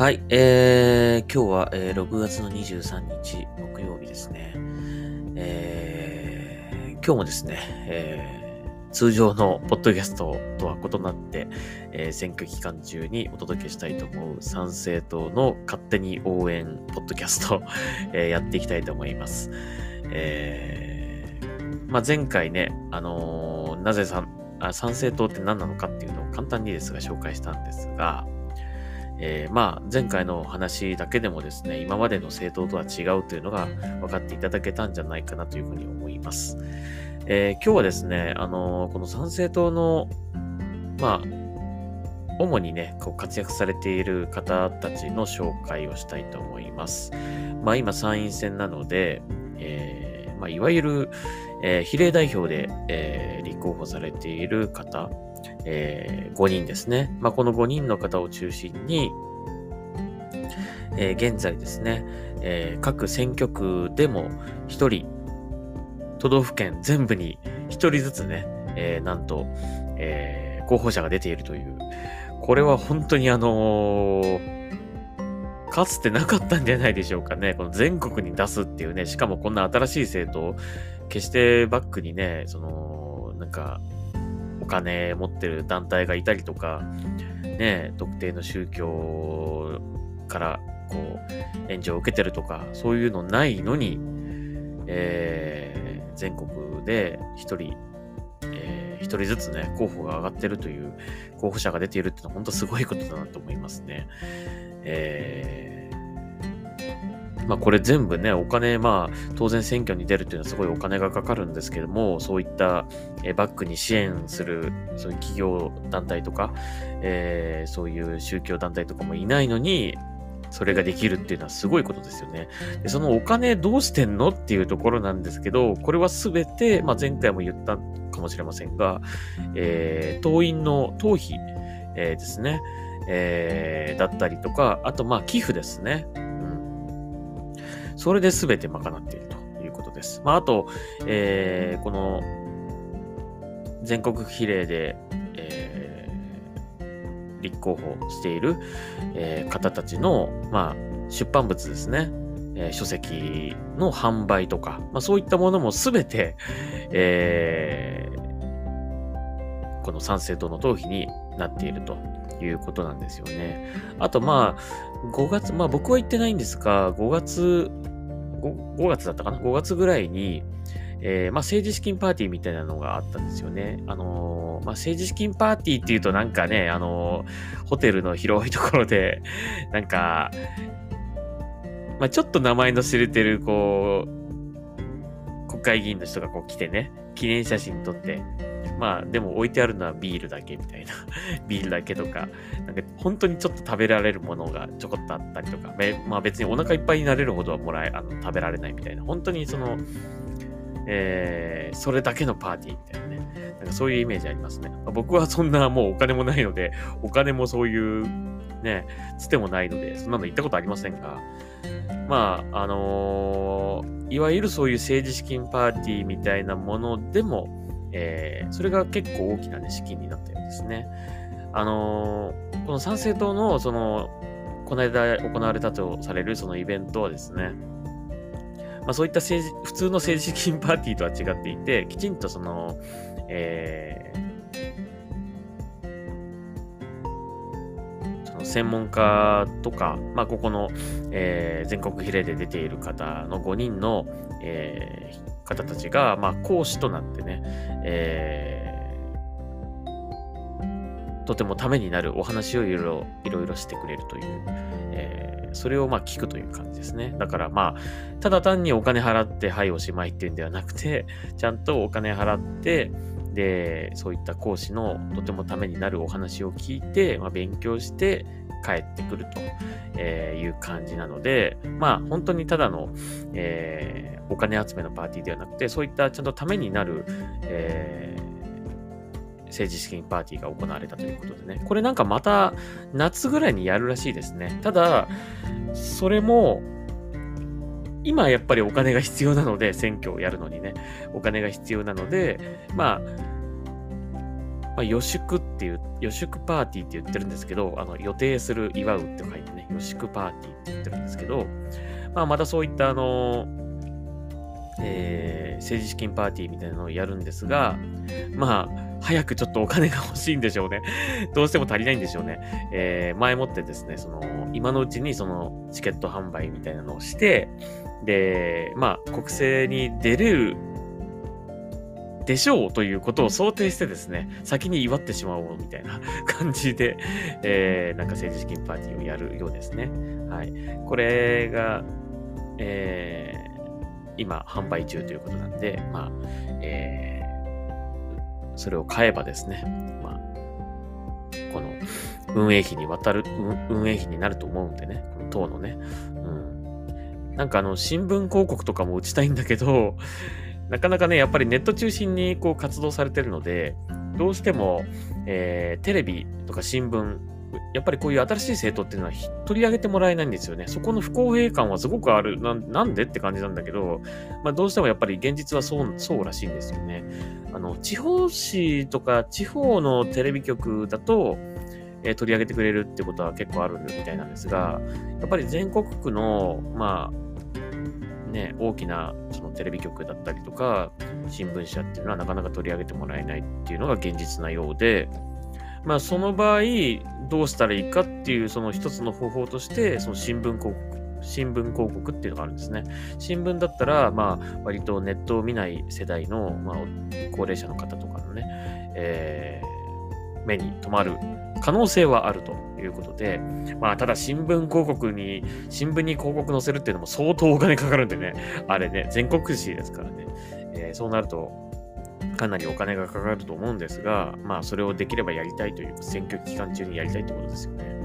はい、今日は、6月の23日木曜日ですね。今日もですね、通常のポッドキャストとは異なって、選挙期間中にお届けしたいと思う参政党の勝手に応援ポッドキャスト、やっていきたいと思います。前回ね、なぜ参政党って何なのかっていうのを簡単にですが紹介したんですが、前回の話だけでもですね、今までの政党とは違うというのが分かっていただけたんじゃないかなというふうに思います。今日はですね、この参政党の、主にね、活躍されている方たちの紹介をしたいと思います。今参院選なので、いわゆる、比例代表で、立候補されている方、5人ですね。この5人の方を中心に、現在ですね、各選挙区でも1人、都道府県全部に1人ずつね、なんと、候補者が出ているという、これは本当にかつてなかったんじゃないでしょうかね。この全国に出すっていうね、しかもこんな新しい政党、決してバックにね、お金持ってる団体がいたりとか、ね、特定の宗教から援助を受けてるとか、そういうのないのに、全国で一人ずつね、候補が上がってるという、候補者が出ているっていうのは本当すごいことだなと思いますね。これ全部ね、お金、当然選挙に出るっていうのはすごいお金がかかるんですけども、そういったバックに支援する、そういう企業団体とか、そういう宗教団体とかもいないのに、それができるっていうのはすごいことですよね。で、そのお金どうしてんのっていうところなんですけど、これはすべて、前回も言ったかもしれませんが、党員の党費、ですね、だったりとか、あと寄付ですね。それで全て賄っているということです。あと、この全国比例で、立候補している、方たちの、出版物ですね。書籍の販売とか、そういったものも全て、この参政党の党費になっているということなんですよね。あと5月、僕は行ってないんですが、5月だったかな ?5 月ぐらいに、政治資金パーティーみたいなのがあったんですよね。政治資金パーティーっていうとホテルの広いところで、ちょっと名前の知れてる、国会議員の人が来てね、記念写真撮って、でも置いてあるのはビールだけみたいな。ビールだけとか、本当にちょっと食べられるものがちょこっとあったりとか、別にお腹いっぱいになれるほどは食べられないみたいな。本当にそれだけのパーティーみたいなね。そういうイメージありますね。僕はそんなもうお金もないので、お金もそういうね、つてもないので、そんなの行ったことありませんが、いわゆるそういう政治資金パーティーみたいなものでも、それが結構大きなね、資金になったようですね。この参政党の、この間行われたとされるそのイベントはですね、そういった普通の政治資金パーティーとは違っていて、きちんと専門家とか、ここの、全国比例で出ている方の5人の、方たちが、講師となってね、とてもためになるお話をいろいろしてくれるという、それを聞くという感じですね。だからただ単にお金払ってはいおしまいっていうんではなくて、ちゃんとお金払って、で、そういった講師のとてもためになるお話を聞いて、勉強して帰ってくるという感じなので、本当にただの、お金集めのパーティーではなくて、そういったちゃんとためになる、政治資金パーティーが行われたということでね。これまた夏ぐらいにやるらしいですね。ただ、それも、今やっぱりお金が必要なので、選挙をやるのにね、お金が必要なので、 予祝っていう、予祝パーティーって言ってるんですけど、予定する、祝うって書いてね、予祝パーティーって言ってるんですけど、またそういった政治資金パーティーみたいなのをやるんですが、早くちょっとお金が欲しいんでしょうね。どうしても足りないんでしょうね。前もってですね、今のうちにそのチケット販売みたいなのをして、で、国政に出れるでしょうということを想定してですね、先に祝ってしまおうみたいな感じで、なんか政治資金パーティーをやるようですね。はい。これが、今販売中ということなんで、それを買えばですね、この運営費になると思うんでね、この党のね、なんか新聞広告とかも打ちたいんだけど、なかなかね、やっぱりネット中心にこう活動されてるので、どうしても、テレビとか新聞、やっぱりこういう新しい政党っていうのは取り上げてもらえないんですよね。そこの不公平感はすごくある。なんでって感じなんだけど、どうしてもやっぱり現実はそうらしいんですよね。地方紙とか地方のテレビ局だと、取り上げてくれるってことは結構あるみたいなんですが、やっぱり全国区の、大きなそのテレビ局だったりとか、新聞社っていうのはなかなか取り上げてもらえないっていうのが現実なようで、その場合、どうしたらいいかっていう、その一つの方法として、その新聞広告っていうのがあるんですね。新聞だったら、割とネットを見ない世代の、高齢者の方とかのね、目に留まる可能性はあるということで、ただ新聞に広告載せるっていうのも相当お金かかるんでね、あれね、全国紙ですからね、そうなると、かなりお金がかかると思うんですが、それをできればやりたいという、選挙期間中にやりたいということですよね。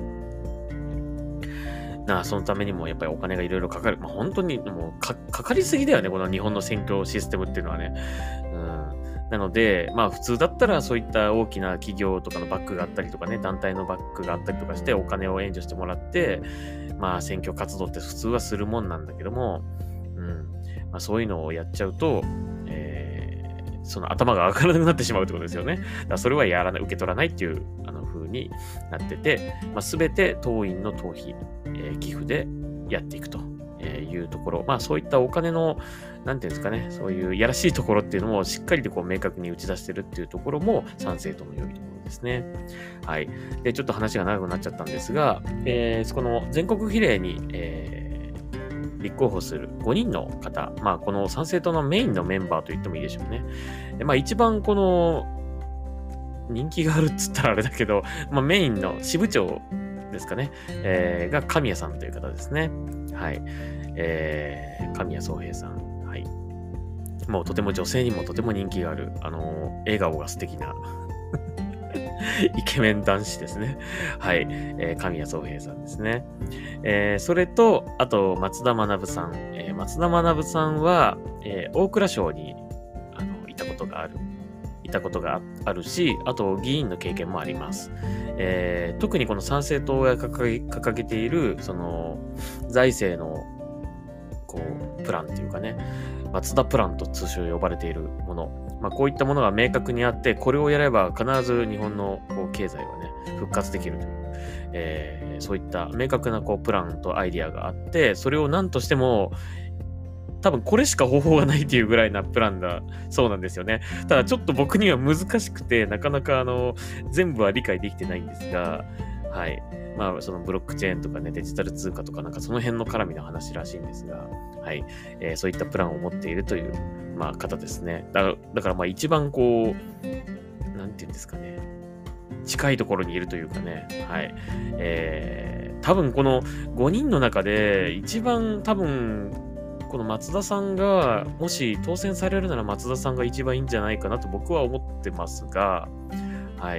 そのためにもやっぱりお金がいろいろかかる。本当にもうかかりすぎだよね、この日本の選挙システムっていうのはね。なので、普通だったらそういった大きな企業とかのバックがあったりとかね、団体のバックがあったりとかしてお金を援助してもらって、選挙活動って普通はするもんなんだけども、そういうのをやっちゃうと、その頭が上がらなくなってしまうってことですよね。だからそれは受け取らないっていう風になってて、すべて党員の党費、寄付でやっていくというところ、そういったお金の、なんていうんですかね、そういうやらしいところっていうのもしっかりとこう明確に打ち出してるっていうところも参政党の良いところですね。はい。で、ちょっと話が長くなっちゃったんですが、この全国比例に、立候補する5人の方、この参政党のメインのメンバーと言ってもいいでしょうね。で一番この人気があるっつったらあれだけど、メインの支部長ですかね、が神谷さんという方ですね。はい。神谷宗平さん。はい。もうとても女性にもとても人気がある、笑顔が素敵なイケメン男子ですね。はい。神谷宗平さんですね。それと、あと、松田学さん。松田学さんは、大蔵省にいたことがあるし、あと議員の経験もあります。特にこの参政党が掲げている、その、財政の、プランっていうかね、松田プランと通称呼ばれているもの。こういったものが明確にあって、これをやれば必ず日本の経済はね、復活できるという、そういった明確なプランとアイディアがあって、それを何としても、多分これしか方法がないっていうぐらいなプランだそうなんですよね。ただちょっと僕には難しくて、なかなか全部は理解できてないんですが、はい。そのブロックチェーンとかね、デジタル通貨とかなんかその辺の絡みの話らしいんですが、はい。そういったプランを持っているという、方ですね。だから一番なんていうんですかね。近いところにいるというかね、はい。多分この5人の中で一番この松田さんが、もし当選されるなら松田さんが一番いいんじゃないかなと僕は思ってますが、はい。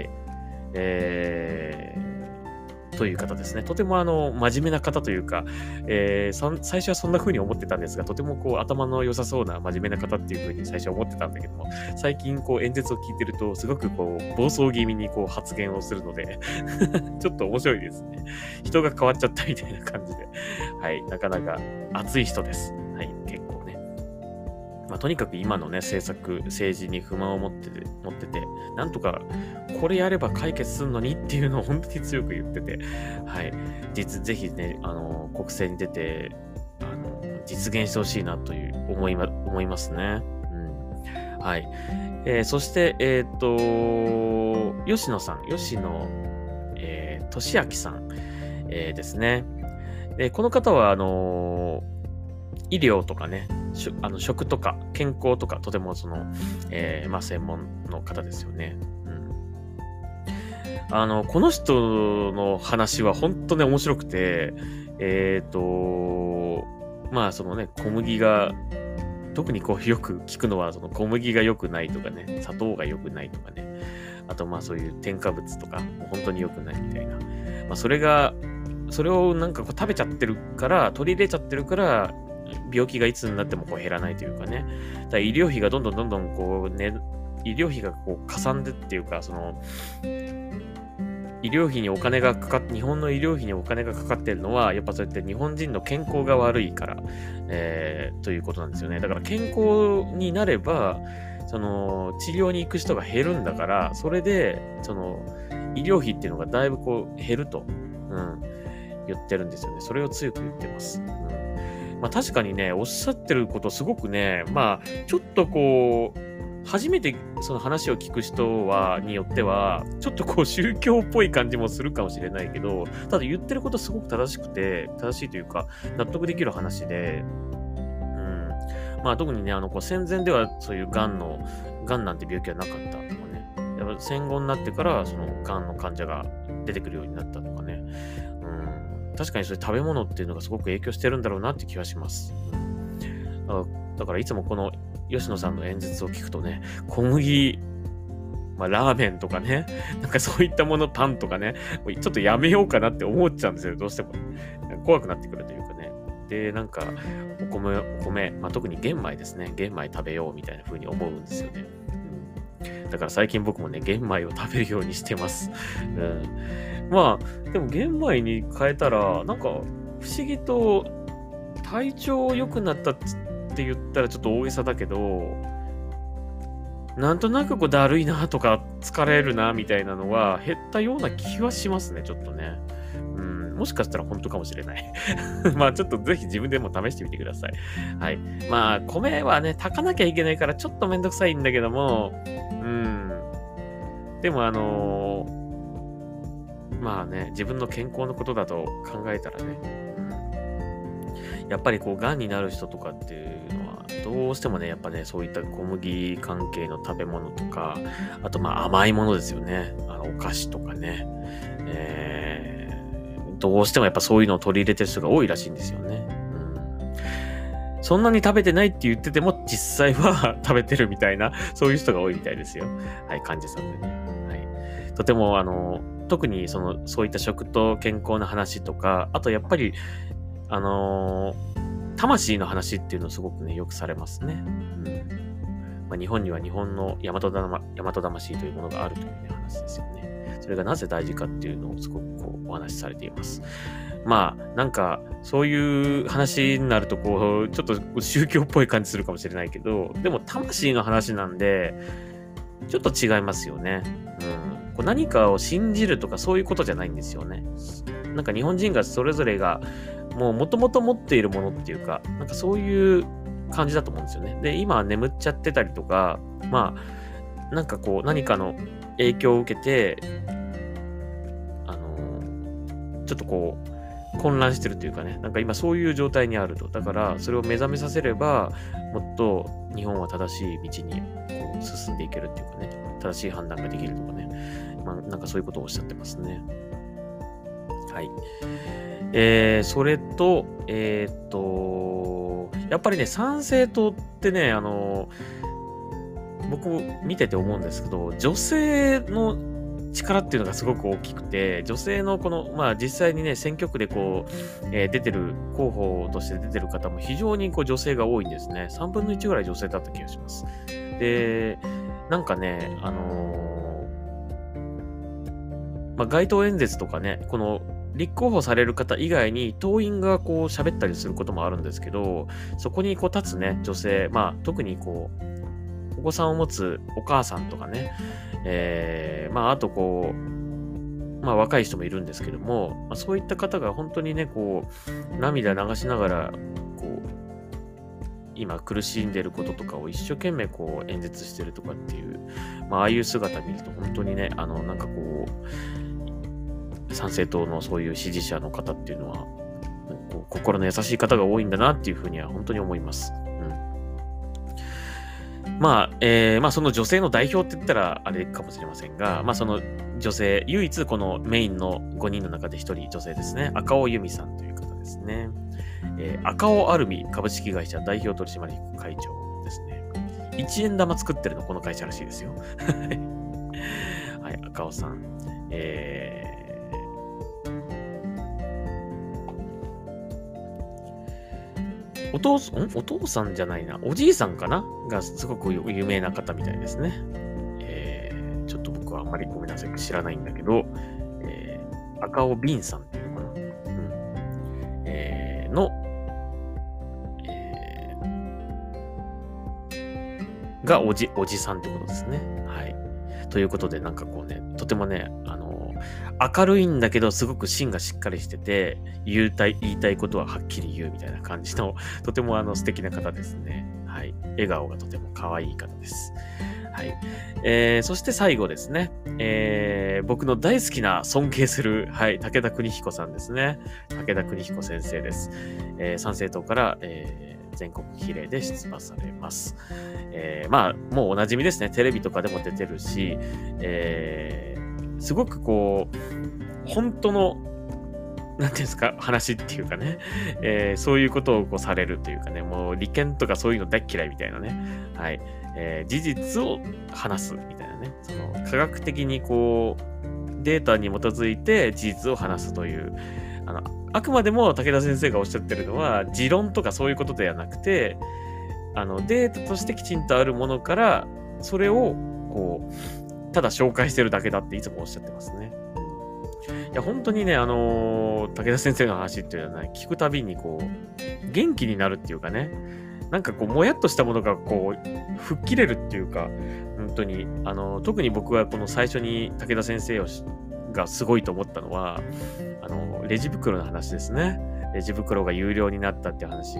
という方ですね。とても真面目な方というか、最初はそんな風に思ってたんですが、とても頭の良さそうな真面目な方っていう風に最初は思ってたんだけども、最近演説を聞いてると、すごく暴走気味に発言をするので、ちょっと面白いですね。人が変わっちゃったみたいな感じで、はい、なかなか熱い人です。はい、結構ね。 とにかく今のね、政治に不満を持ってて、なんとかこれやれば解決するのにっていうのを本当に強く言ってて、はい。ぜひね、国政に出て、実現してほしいなという思いますね。うん。はい。そして、吉野俊明さん、ですね。この方は、医療とかね、食とか健康とか、とても専門の方ですよね。うん。この人の話は本当に面白くて、小麦が、特にこうよく聞くのは、その小麦が良くないとかね、砂糖が良くないとかね、あとそういう添加物とか、本当に良くないみたいな。それをなんかこう食べちゃってるから、取り入れちゃってるから、病気がいつになってもこう減らないというかね。だから医療費がどんどんこうね、医療費がこうかさんでっていうか、医療費にお金が日本の医療費にお金がかかってるのは、やっぱそうやって日本人の健康が悪いから、ということなんですよね。だから健康になれば、治療に行く人が減るんだから、それで、医療費っていうのがだいぶこう減ると、言ってるんですよね。それを強く言ってます。確かにね、おっしゃってることすごくね、ちょっとこう、初めてその話を聞く人によっては、ちょっとこう宗教っぽい感じもするかもしれないけど、ただ言ってることすごく正しいというか、納得できる話で、特にね、戦前ではそういう癌なんて病気はなかったとかね、やっぱ戦後になってからその癌の患者が出てくるようになったとかね、確かにそういう食べ物っていうのがすごく影響してるんだろうなって気はします。だからいつもこの吉野さんの演説を聞くとね、小麦、ラーメンとかね、なんかそういったもの、パンとかね、ちょっとやめようかなって思っちゃうんですよ、どうしても。怖くなってくるというかね。で、なんか、お米、特に玄米ですね。玄米食べようみたいな風に思うんですよね。だから最近僕もね、玄米を食べるようにしてます。でも玄米に変えたら、なんか不思議と体調良くなったって言ったらちょっと大げさだけど、なんとなくこうだるいなとか疲れるなみたいなのは減ったような気はしますね、ちょっとね。もしかしたら本当かもしれない。ちょっとぜひ自分でも試してみてください。はい。米はね、炊かなきゃいけないからちょっとめんどくさいんだけども、でも自分の健康のことだと考えたらね、やっぱりこう、癌になる人とかっていうのは、どうしてもね、やっぱね、そういった小麦関係の食べ物とか、あと甘いものですよね。お菓子とかね。どうしてもやっぱそういうのを取り入れてる人が多いらしいんですよね。そんなに食べてないって言ってても、実際は食べてるみたいな、そういう人が多いみたいですよ。はい、患者さんでね。はい。とても、特にそういった食と健康の話とか、あとやっぱり、魂の話っていうのをすごくね、よくされますね。日本には日本の大和魂というものがあるという、ね、話ですよね。それがなぜ大事かっていうのをすごくこうお話しされています。なんか、そういう話になると、こう、ちょっと宗教っぽい感じするかもしれないけど、でも魂の話なんで、ちょっと違いますよね。こう何かを信じるとかそういうことじゃないんですよね。なんか日本人がそれぞれが、もともと持っているものっていうか、なんかそういう感じだと思うんですよね。で、今眠っちゃってたりとか、なんかこう何かの影響を受けて、ちょっとこう混乱してるというかね、なんか今そういう状態にあると。だからそれを目覚めさせれば、もっと日本は正しい道にこう進んでいけるっていうかね、正しい判断ができるとかね、なんかそういうことをおっしゃってますね。はい。それと、やっぱりね、参政党ってね、僕も見てて思うんですけど、女性の力っていうのがすごく大きくて、女性のこの、実際にね、選挙区でこう、出てる、候補として出てる方も非常にこう女性が多いんですね。3分の1ぐらい女性だった気がします。で、なんかね、街頭演説とかね、この立候補される方以外に党員がこう喋ったりすることもあるんですけど、そこにこう立つね、女性、まあ特にこう、お子さんを持つお母さんとかね、まああとこう、まあ若い人もいるんですけども、まあ、そういった方が本当にね、こう、涙流しながら、こう、今苦しんでることとかを一生懸命こう演説してるとかっていう、まあああいう姿見ると本当にね、なんかこう、参政党のそういう支持者の方っていうのは、こう心の優しい方が多いんだなっていうふうには本当に思います。まあ、まあその女性の代表って言ったらあれかもしれませんが、まあその女性、唯一このメインの5人の中で1人女性ですね。赤尾由美さんという方ですね。赤尾アルミ株式会社代表取締役会長ですね。1円玉作ってるのこの会社らしいですよ。はい、赤尾さん。お父さんじゃないな。おじいさんかながすごく有名な方みたいですね。ちょっと僕はあんまりごめんなさい。知らないんだけど、赤尾敏さんっていうのかな。がおじさんってことですね。はい。ということで、なんかこうね、とてもね、明るいんだけど、すごく芯がしっかりしてて、言いたいことははっきり言うみたいな感じの、とても素敵な方ですね。はい。笑顔がとても可愛い方です。はい。そして最後ですね。僕の大好きな尊敬する、はい、武田邦彦さんですね。武田邦彦先生です。参政党から、全国比例で出馬されます。まあ、もうおなじみですね。テレビとかでも出てるし、すごくこう、本当の、なんていうんですか、話っていうかね、そういうことをこうされるというかね、もう利権とかそういうの大嫌いみたいなね、はい、事実を話すみたいなね、その科学的にこう、データに基づいて事実を話すという、あくまでも武田先生がおっしゃってるのは、持論とかそういうことではなくて、データとしてきちんとあるものから、それを、こう、ただ紹介してるだけだっていつもおっしゃってますね。いや、本当にね、武田先生の話っていうのはね、聞くたびにこう、元気になるっていうかね、なんかこう、もやっとしたものがこう、吹っ切れるっていうか、本当に、特に僕はこの最初に武田先生がすごいと思ったのは、レジ袋の話ですね。レジ袋が有料になったっていう話。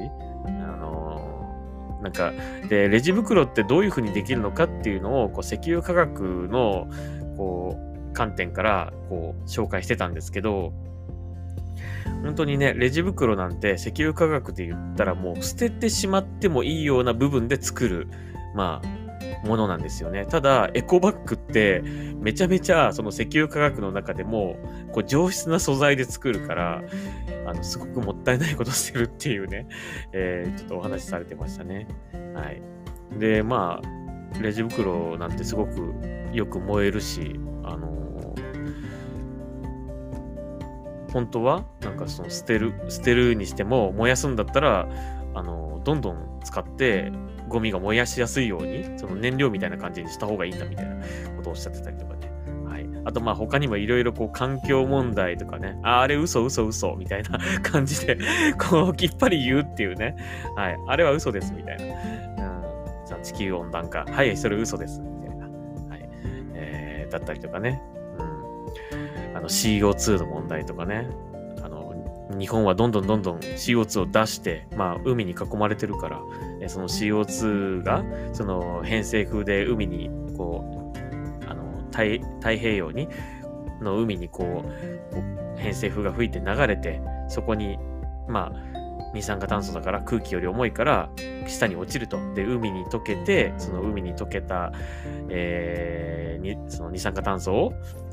なんか、で、レジ袋ってどういうふうにできるのかっていうのを、こう、石油化学の、こう、観点から、こう、紹介してたんですけど、本当にね、レジ袋なんて石油化学で言ったらもう捨ててしまってもいいような部分で作る、まあ、ものなんですよね。ただ、エコバッグってめちゃめちゃその石油化学の中でもこう上質な素材で作るから、すごくもったいないことしてるっていうね、ちょっとお話しされてましたね。はい。で、まあ、レジ袋なんてすごくよく燃えるし、本当はなんかその捨てるにしても燃やすんだったらどんどん使ってゴミが燃やしやすいようにその燃料みたいな感じにした方がいいんだみたいなことをおっしゃってたりとかね。はい。あとまあ他にもいろいろこう環境問題とかね、あれ嘘みたいな感じでこうきっぱり言うっていうね。はい。あれは嘘ですみたいな。さあ地球温暖化。はい、それ嘘ですみたいな。はい。だったりとかね。CO2 の問題とかね。日本はどんどん CO2 を出して、まあ、海に囲まれてるから、その CO2 が、その偏西風で海に、こう、太平洋の海にこう、偏西風が吹いて流れて、そこに、まあ、二酸化炭素だから空気より重いから下に落ちると。で、海に溶けて、その海に溶けた、その二酸化炭素を、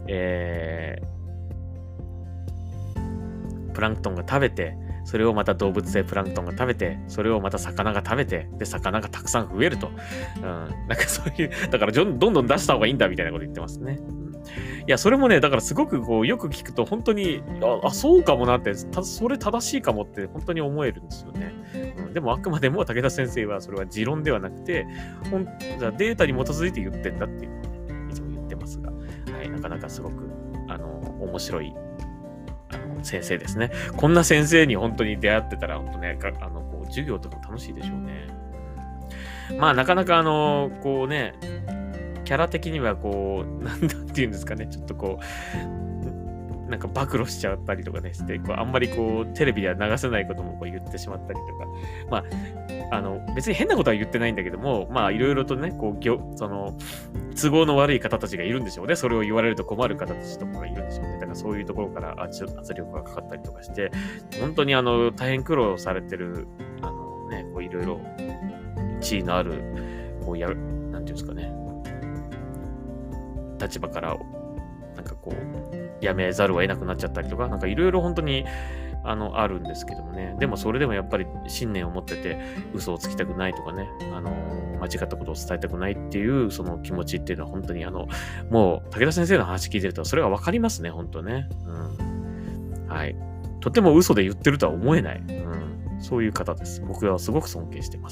プランクトンが食べて、それをまた動物性プランクトンが食べて、それをまた魚が食べて、で、魚がたくさん増えると。なんかそういう、だからどんどん出した方がいいんだみたいなこと言ってますね。いや、それもね、だからすごくこう、よく聞くと本当に、そうかもなって、それ正しいかもって本当に思えるんですよね。でもあくまでも武田先生はそれは持論ではなくて、データに基づいて言ってんだっていうのをね、いつも言ってますが、はい、なかなかすごく、面白い、 先生ですね。こんな先生に本当に出会ってたら、本当ね、こう授業とかも楽しいでしょうね。まあ、なかなかこうね、キャラ的にはこう、なんだっていうんですかね、ちょっとこう、なんか暴露しちゃったりとかねして、こうあんまりこう、テレビでは流せないこともこう言ってしまったりとか、まあ、別に変なことは言ってないんだけども、まあ、いろいろとね、こう、都合の悪い方たちがいるんでしょうね。それを言われると困る方たちとかがいるんでしょうね。だからそういうところから圧力がかかったりとかして、本当に大変苦労されてる、ね、こういろいろ地位のある、こうなんていうんですかね、立場から、なんかこう、やめざるを得なくなっちゃったりとか、なんかいろいろ本当に、あるんですけどもね。でもそれでもやっぱり信念を持ってて、嘘をつきたくないとかね、間違ったことを伝えたくないっていう、その気持ちっていうのは本当にもう、武田先生の話聞いてると、それがわかりますね、本当ね。はい。とても嘘で言ってるとは思えない。そういう方です。僕はすごく尊敬してます。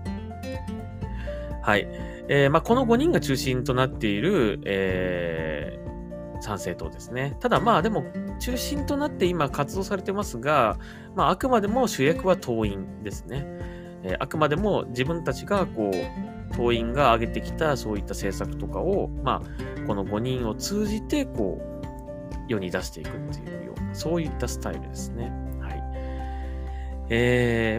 はい。まあ、この5人が中心となっている、参政党ですね。ただまあでも中心となって今活動されてますが、まああくまでも主役は党員ですね。あくまでも自分たちがこう、党員が挙げてきたそういった政策とかを、まあこの5人を通じてこう、世に出していくっていうような、そういったスタイルですね。はい。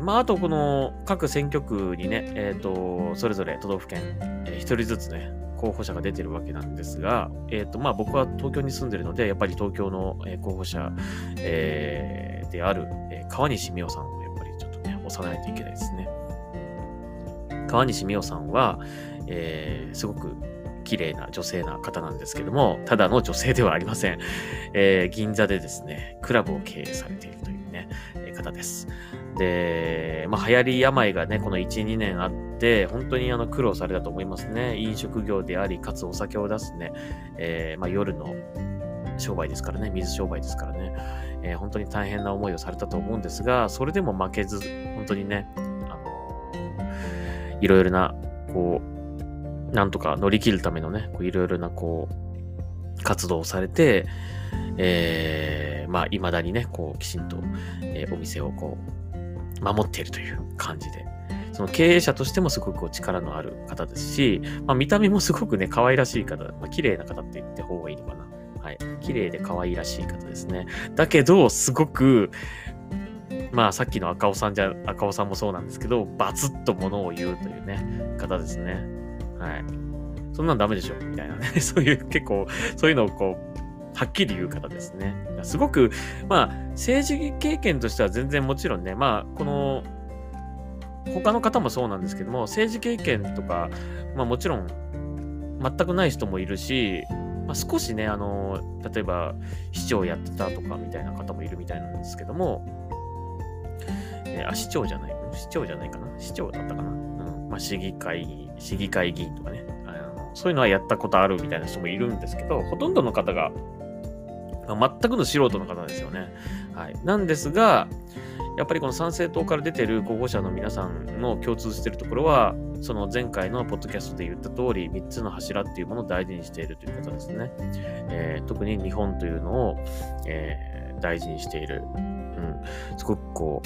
まああとこの各選挙区にね、それぞれ都道府県、一人ずつね、候補者が出てるわけなんですが、まあ僕は東京に住んでるので、やっぱり東京の候補者、である、川西美桜さんをやっぱりちょっとね、押さないといけないですね。川西美桜さんは、すごく綺麗な女性な方なんですけども、ただの女性ではありません。銀座でですね、クラブを経営されているというね、方です。で、まあ流行り病がね、この1、2年あって、本当に苦労されたと思いますね。飲食業であり、かつお酒を出すね、まあ夜の商売ですからね、水商売ですからね、本当に大変な思いをされたと思うんですが、それでも負けず、本当にね、いろいろな、こう、なんとか乗り切るためのね、いろいろな、こう、活動をされて、まあ、未だにね、こう、きちんと、お店をこう、守っているという感じで、その経営者としてもすごくこう力のある方ですし、まあ、見た目もすごくね、可愛らしい方、まあ、綺麗な方って言った方がいいのかな。はい。綺麗で可愛らしい方ですね。だけど、すごく、まあ、さっきの赤尾さんもそうなんですけど、バツッと物を言うというね、方ですね。はい。そんなんダメでしょみたいなね。そういう結構、そういうのをこう、はっきり言う方ですね。すごく、まあ、政治経験としては全然もちろんね、まあ、この、他の方もそうなんですけども、政治経験とか、まあもちろん、全くない人もいるし、まあ、少しね、例えば、市長やってたとかみたいな方もいるみたいなんですけども、市長じゃないかな市長だったかな、まあ、市議会議員とかね、そういうのはやったことあるみたいな人もいるんですけど、ほとんどの方が、まあ、全くの素人の方ですよね。はい。なんですが、やっぱりこの参政党から出てる候補者の皆さんの共通しているところは、その前回のポッドキャストで言った通り、3つの柱っていうものを大事にしているという方ですね。特に日本というのを、大事にしている。すごくこ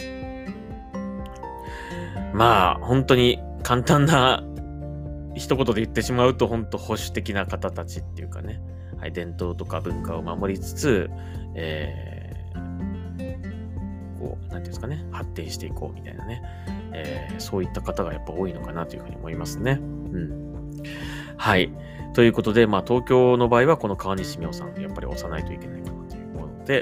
う、まあ、本当に簡単な一言で言ってしまうと、本当保守的な方たちっていうかね、はい、伝統とか文化を守りつつ、こう、なんていうんですかね、発展していこうみたいなね、そういった方がやっぱ多いのかなというふうに思いますね。はい。ということで、まあ、東京の場合はこの川西美桜さん、やっぱり押さないといけないかなというもので、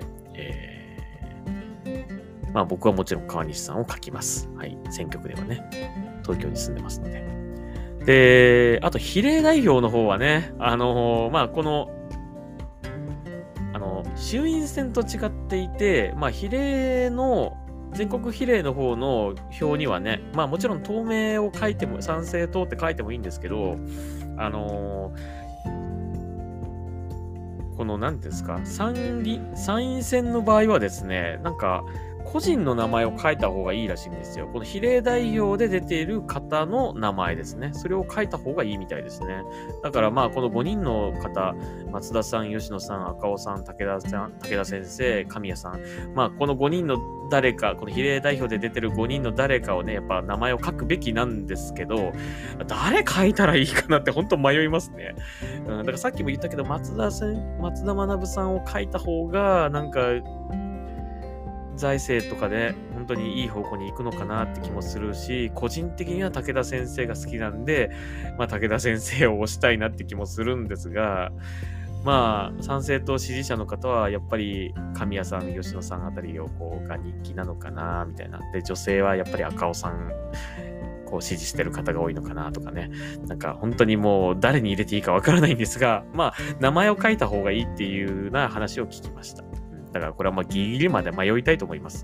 まあ、僕はもちろん川西さんを書きます。はい。選挙区ではね、東京に住んでますので。で、あと、比例代表の方はね、まあ、この、衆院選と違っていて、まあ、比例の、全国比例の方の表にはね、まあもちろん党名を書いても、参政党って書いてもいいんですけど、この何ですか、参院選の場合はですね、なんか、 個人の名前を書いた方がいいらしいんですよ。この比例代表で出ている方の名前ですね。それを書いた方がいいみたいですね。だからまあ、この5人の方、松田さん、吉野さん、赤尾さん、武田先生、神谷さん。まあ、この5人の誰か、この比例代表で出てる5人の誰かをね、やっぱ名前を書くべきなんですけど、誰書いたらいいかなって本当迷いますね。だからさっきも言ったけど、松田学さんを書いた方が、なんか、財政とかで本当にいい方向に行くのかなって気もするし、個人的には武田先生が好きなんで、まあ武田先生を推したいなって気もするんですが、まあ参政党支持者の方はやっぱり神谷さん、吉野さんあたりをが人気なのかなみたいな。で、女性はやっぱり赤尾さん支持してる方が多いのかなとかね。なんか本当にもう誰に入れていいかわからないんですが、まあ名前を書いた方がいいっていうような話を聞きました。だからこれはまあギリギリまで迷いたいと思います。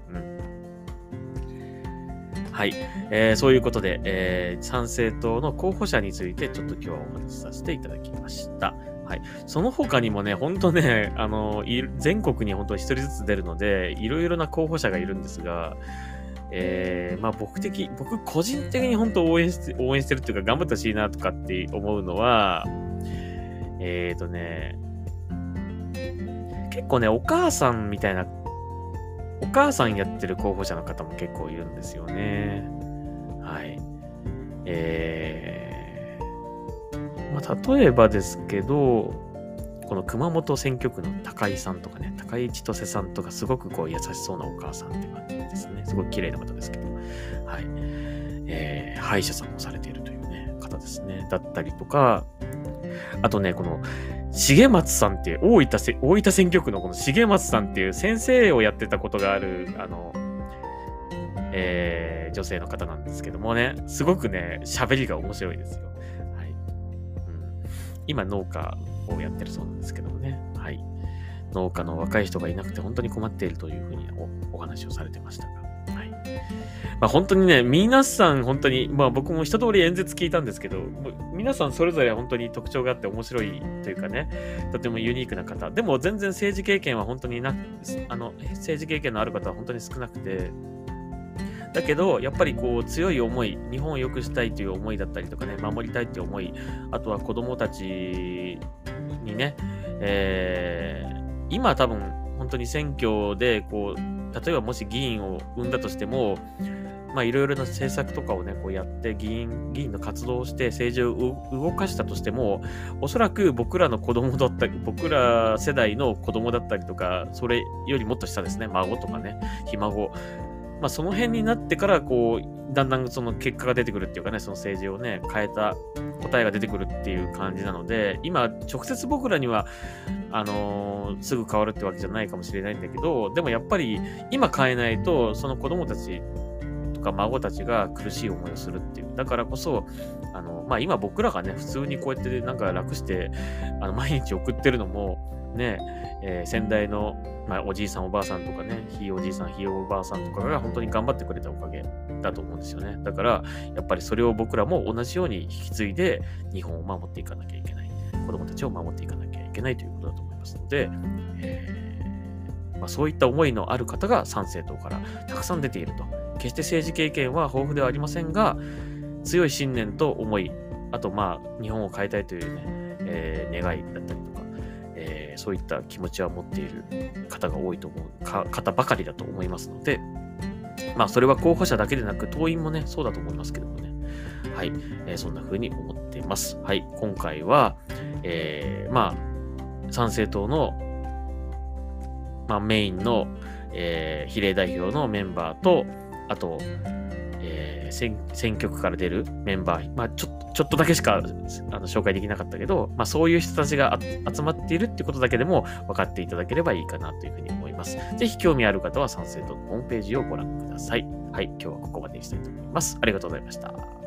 はい、そういうことで、参政党の候補者についてちょっと今日はお話しさせていただきました。はい、その他にもね、本当ね、全国に本当に一人ずつ出るので、いろいろな候補者がいるんですが、まあ僕個人的に本当応援してるっていうか頑張ってほしいなとかって思うのは、結構ね、お母さんみたいな、お母さんやってる候補者の方も結構いるんですよね。はい。まあ、例えばですけど、この熊本選挙区の高井さんとかね、高井千歳さんとかすごく優しそうなお母さんって感じですね。すごい綺麗な方ですけど。はい。歯医者さんもされているというね、方ですね。だったりとか、あとね、この、重松さんっていう、大分選挙区のこの重松さんっていう先生をやってたことがある、女性の方なんですけどもね、すごくね、喋りが面白いですよ。はい。今、農家をやってるそうなんですけどもね。はい。農家の若い人がいなくて本当に困っているというふうにお話をされてましたが。はい。まあ本当にね、皆さん本当に、まあ僕も一通り演説聞いたんですけど、皆さんそれぞれ本当に特徴があって面白いというかね、とてもユニークな方。でも全然政治経験は本当に政治経験のある方は本当に少なくて、だけど、やっぱり強い思い、日本を良くしたいという思いだったりとかね、守りたいという思い、あとは子供たちにね、今多分本当に選挙で例えばもし議員を生んだとしても、まあいろいろな政策とかをね、やって議員の活動をして政治を動かしたとしても、おそらく僕らの子供だったり、僕ら世代の子供だったりとか、それよりもっと下ですね、孫とかね、ひ孫。まあその辺になってからだんだんその結果が出てくるっていうかね、その政治をね、変えた答えが出てくるっていう感じなので、今直接僕らには、すぐ変わるってわけじゃないかもしれないんだけど、でもやっぱり今変えないと、その子供たちとか孫たちが苦しい思いをするっていう。だからこそ、まあ今僕らがね、普通にこうやってなんか楽して、毎日送ってるのも、ね、先代の、まあ、おじいさんおばあさんとかね、ひいおじいさんひいおばあさんとかが本当に頑張ってくれたおかげだと思うんですよね。だからやっぱりそれを僕らも同じように引き継いで日本を守っていかなきゃいけない、子供たちを守っていかなきゃいけないということだと思いますので、まあ、そういった思いのある方が参政党からたくさん出ていると。決して政治経験は豊富ではありませんが、強い信念と思い、あとまあ日本を変えたいというね、願いだったりとか、そういった気持ちは持っている方が多いと思う方ばかりだと思いますので、まあそれは候補者だけでなく党員もねそうだと思いますけどもね、はい、そんな風に思っています。はい、今回は、まあ参政党の、まあ、メインの、比例代表のメンバーと、あと、選挙区から出るメンバー、まあちょっとだけしか紹介できなかったけど、まあそういう人たちが集まっているってことだけでも分かっていただければいいかなというふうに思います。ぜひ興味ある方は参政党のホームページをご覧ください。はい、今日はここまでにしたいと思います。ありがとうございました。